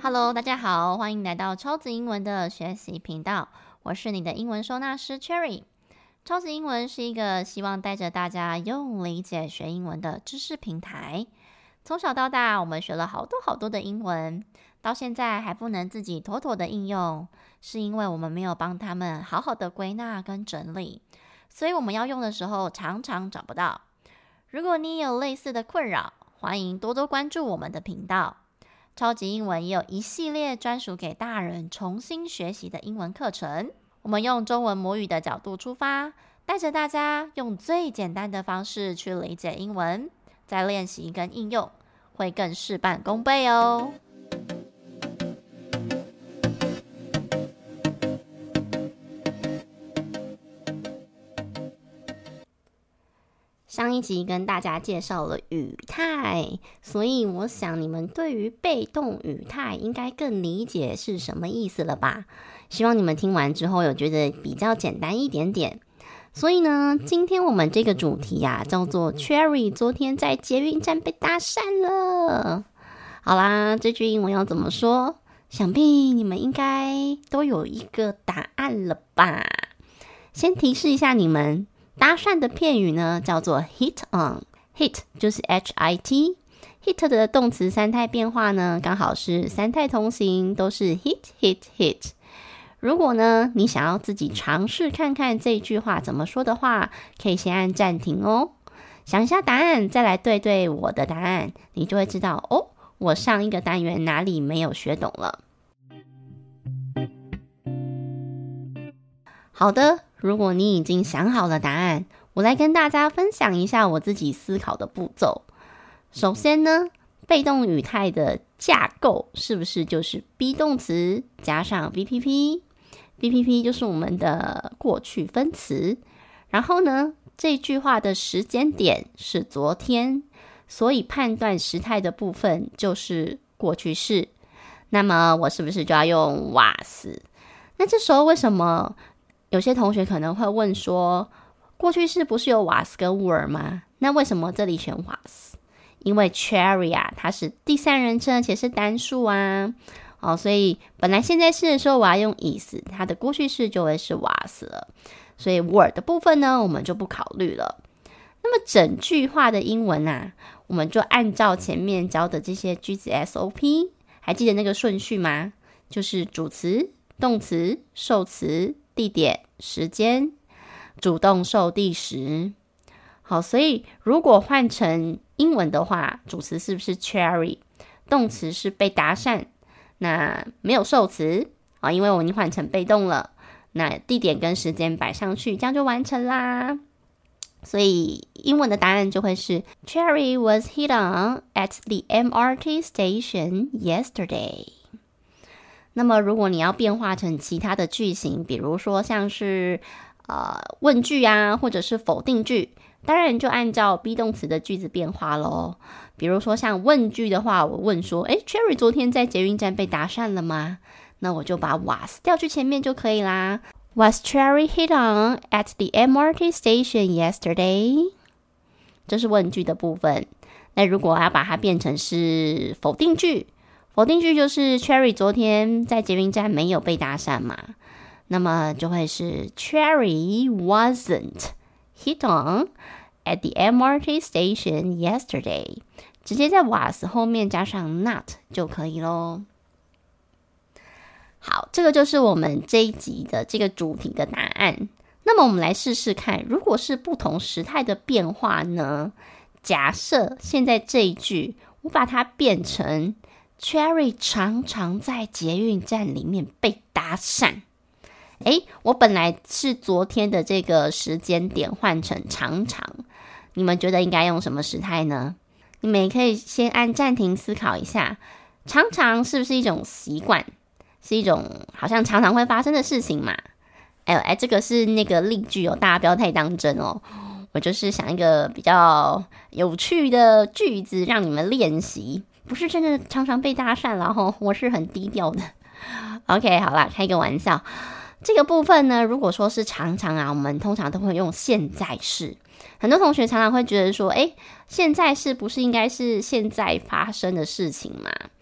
Hello， 大家好，欢迎来到超级英文的学习频道，我是你的英文收纳师 Cherry。超级英文是一个希望带着大家用理解学英文的知识平台。从小到大，我们学了好多的英文，到现在还不能自己妥妥的应用，是因为我们没有帮他们好好的归纳跟整理，所以我们要用的时候常常找不到。如果你也有类似的困扰，欢迎多多关注我们的频道。超级英文也有一系列专属给大人重新学习的英文课程，我们用中文母语的角度出发，带着大家用最简单的方式去理解英文，再练习跟应用，会更事半功倍哦。上一集跟大家介绍了语态，所以我想你们对于被动语态应该更理解是什么意思了吧？希望你们听完之后有觉得比较简单一点点。所以呢，今天我们这个主题叫做 Cherry 昨天在捷运站被搭讪了。好啦，这句英文要怎么说？想必你们应该都有一个答案了吧？先提示一下你们。搭讪的片语呢叫做 hit on， hit 就是 HIT， hit 的动词三态变化呢刚好是三态同形，都是 hit。 如果呢你想要自己尝试看看这句话怎么说的话，可以先按暂停哦，想一下答案，再来对我的答案，你就会知道哦，我上一个单元哪里没有学懂了。好的，如果你已经想好了答案，我来跟大家分享一下我自己思考的步骤。首先呢，被动语态的架构是不是就是 be 动词加上 VPP？VPP 就是我们的过去分词。然后呢，这句话的时间点是昨天，所以判断时态的部分就是过去式。那么我是不是就要用 was？ 那这时候为什么有些同学可能会问说，过去式不是有 was 跟 were 吗？那为什么这里选 was？ 因为 Cherry 它是第三人称，而且是单数所以本来现在式的时候我要用 is， 它的过去式就会是 was 了，所以 were 的部分呢我们就不考虑了。那么整句话的英文我们就按照前面教的这些句子 SOP， 还记得那个顺序吗？就是主词、动词、受词、地点、时间，主动受第时。好，所以如果换成英文的话，主词是不是 Cherry？ 动词是被搭讪，那没有受词因为我已经换成被动了，那地点跟时间摆上去，这样就完成啦。所以英文的答案就会是 Cherry was hit on at the MRT station yesterday。那么如果你要变化成其他的句型，比如说像是问句或者是否定句，当然就按照 be 动词的句子变化咯。比如说像问句的话，我问说Cherry 昨天在捷运站被搭讪了吗？那我就把 was 调去前面就可以啦。 Was Cherry hit on at the MRT station yesterday？ 这是问句的部分。那如果要把它变成是否定句，否定句就是 Cherry 昨天在捷运站没有被搭讪嘛，那么就会是 Cherry wasn't hit on at the MRT station yesterday， 直接在 was 后面加上 not 就可以咯。好，这个就是我们这一集的这个主题的答案。那么我们来试试看，如果是不同时态的变化呢？假设现在这一句我把它变成Cherry 常常在捷运站里面被搭讪。我本来是昨天的这个时间点换成常常，你们觉得应该用什么时态呢？你们也可以先按暂停思考一下，常常是不是一种习惯，是一种好像常常会发生的事情嘛？这个是那个例句大家不要太当真我就是想一个比较有趣的句子让你们练习，不是真的常常被搭讪了我是很低调的。OK， 好啦，开个玩笑。这个部分呢，如果说是常常我们通常都会用现在式。很多同学常常会觉得说，现在式不是应该是现在发生的事情吗？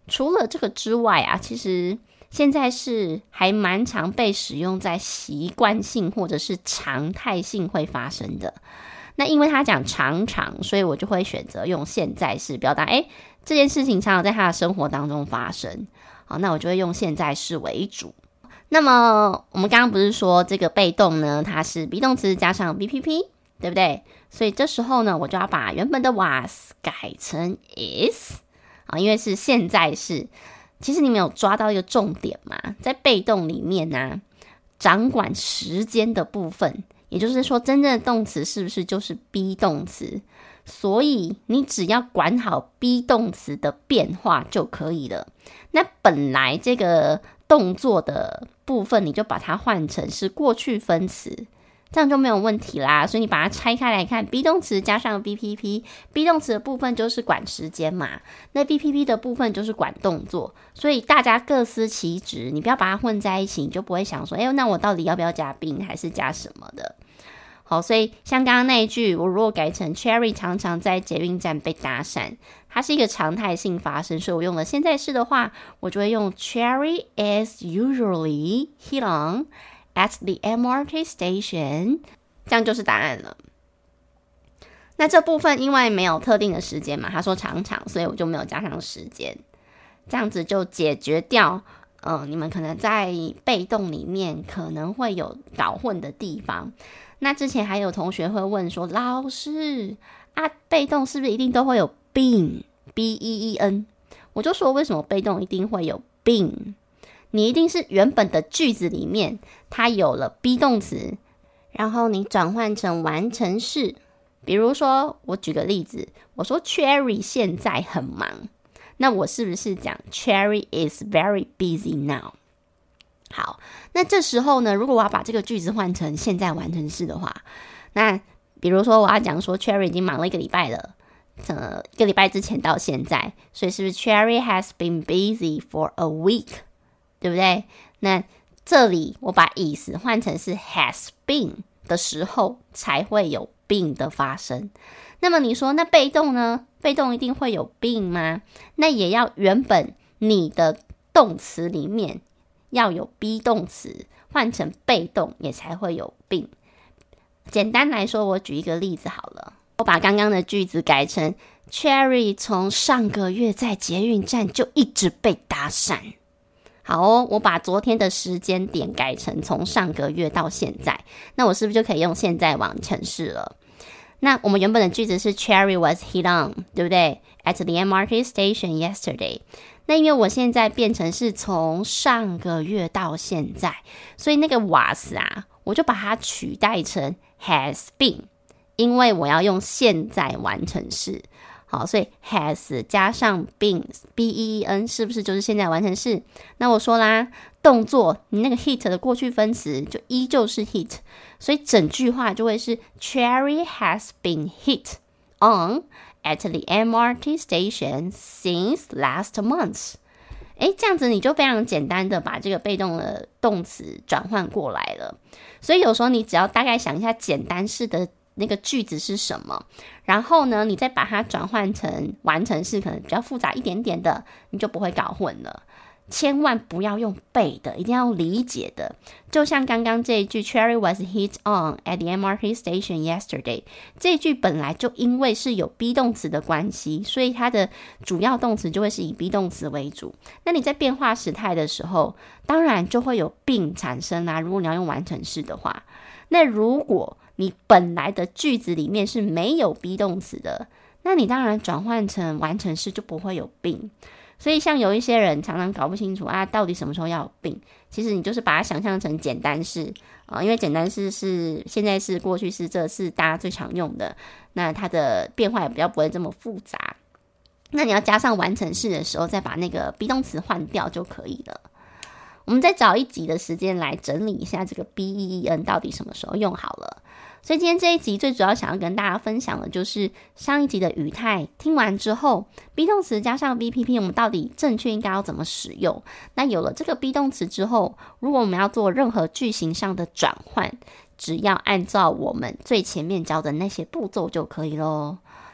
除了这个之外啊，其实现在是还蛮常被使用在习惯性或者是常态性会发生的。那因为他讲常常，所以我就会选择用现在式表达，这件事情常常在他的生活当中发生。好，那我就会用现在式为主。那么我们刚刚不是说这个被动呢，它是 be 动词加上 BPP， 对不对？所以这时候呢，我就要把原本的 was 改成 is， 因为是现在式。其实你们有抓到一个重点吗？在被动里面呢，掌管时间的部分，也就是说真正的动词是不是就是 be 动词？所以你只要管好 be 动词的变化就可以了。那本来这个动作的部分，你就把它换成是过去分词，这样就没有问题啦。所以你把它拆开来看 ，be 动词加上 BPP，be 动词的部分就是管时间嘛，那 BPP 的部分就是管动作，所以大家各司其职，你不要把它混在一起，你就不会想说，那我到底要不要加 been 还是加什么的。好，所以像刚刚那一句，我如果改成 Cherry 常常在捷运站被搭讪，它是一个常态性发生，所以我用了现在式的话，我就会用 Cherry is usually hit on at the MRT station， 这样就是答案了。那这部分因为没有特定的时间嘛，他说常常，所以我就没有加上时间，这样子就解决掉你们可能在被动里面可能会有搞混的地方。那之前还有同学会问说，老师啊，被动是不是一定都会有 been B-E-E-N？ 我就说为什么被动一定会有 been？ 你一定是原本的句子里面它有了 be 动词，然后你转换成完成式。比如说我举个例子，我说 Cherry 现在很忙，那我是不是讲 Cherry is very busy now？ 好，那这时候呢，如果我要把这个句子换成现在完成式的话，那比如说我要讲说 Cherry 已经忙了1个礼拜了，1个礼拜之前到现在，所以是不是 Cherry has been busy for a week， 对不对？那这里我把 is 换成是 has been 的时候才会有 been 的发生。那么你说那被动呢？被动一定会有 been 吗？那也要原本你的动词里面要有 be 动词换成被动也才会有 been。 简单来说，我举一个例子好了，我把刚刚的句子改成 Cherry 从上个月在捷运站就一直被搭讪。好哦，我把昨天的时间点改成从上个月到现在，那我是不是就可以用现在完成式了？那我们原本的句子是 Cherry was hit on， 对不对？ At the MRT station yesterday。 那因为我现在变成是从上个月到现在，所以那个 was 啊，我就把它取代成 has been， 因为我要用现在完成式。好，所以 has 加上 been B-E-E-N 是不是就是现在完成式？那我说啦，动作你那个 hit 的过去分词就依旧是 hit， 所以整句话就会是 Cherry has been hit on at the MRT station since last month。 这样子你就非常简单的把这个被动的动词转换过来了。所以有时候你只要大概想一下简单式的那个句子是什么，然后呢你再把它转换成完成式，可能比较复杂一点点的，你就不会搞混了。千万不要用背的，一定要用理解的。就像刚刚这一句 Cherry was hit on at the MRT station yesterday， 这一句本来就因为是有 be 动词的关系，所以它的主要动词就会是以 be 动词为主。那你在变化时态的时候，当然就会有 been 产生啦，如果你要用完成式的话。那如果你本来的句子里面是没有 be 动词的，那你当然转换成完成式就不会有 been。所以像有一些人常常搞不清楚到底什么时候要有 been， 其实你就是把它想象成简单式因为简单式是现在式、过去式，这是大家最常用的，那它的变化也比较不会这么复杂。那你要加上完成式的时候，再把那个 be 动词换掉就可以了。我们再找一集的时间来整理一下这个 BEEN 到底什么时候用好了。所以今天这一集最主要想要跟大家分享的就是上一集的语态，听完之后 be 动词加上 BPP 我们到底正确应该要怎么使用。那有了这个 be 动词之后，如果我们要做任何句型上的转换，只要按照我们最前面教的那些步骤就可以咯。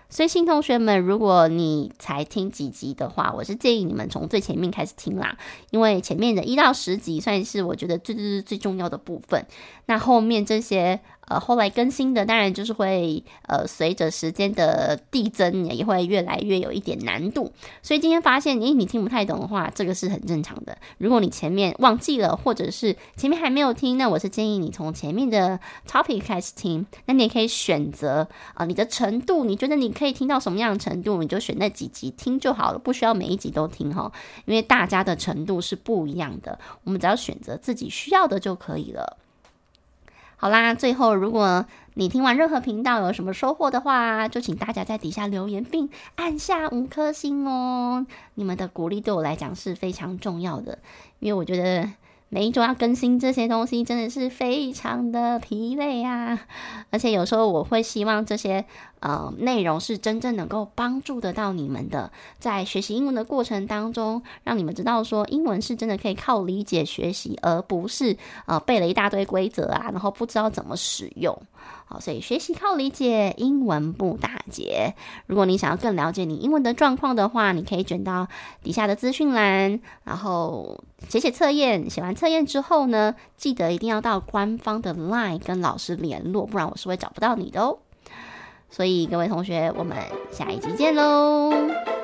所以新同学们，如果你才听几集的话，我是建议你们从最前面开始听啦，因为前面的1到10集算是我觉得最重要的部分。那后面这些后来更新的，当然就是会随着时间的递增，也会越来越有一点难度。所以今天发现，你听不太懂的话，这个是很正常的。如果你前面忘记了，或者是前面还没有听，那我是建议你从前面的 topic 开始听。那你也可以选择你的程度，你觉得你可以听到什么样的程度，你就选那几集听就好了，不需要每一集都听齁，因为大家的程度是不一样的，我们只要选择自己需要的就可以了。好啦，最后如果你听完任何频道有什么收获的话，就请大家在底下留言并按下5颗星哦。你们的鼓励对我来讲是非常重要的，因为我觉得每一周要更新这些东西真的是非常的疲累啊，而且有时候我会希望这些内容是真正能够帮助得到你们的，在学习英文的过程当中，让你们知道说英文是真的可以靠理解学习，而不是背了一大堆规则啊，然后不知道怎么使用。好，所以学习靠理解，英文不打结。如果你想要更了解你英文的状况的话，你可以卷到底下的资讯栏，然后写测验。写完测验之后呢，记得一定要到官方的 LINE 跟老师联络，不然我是会找不到你的哦。所以各位同学，我们下一集见喽。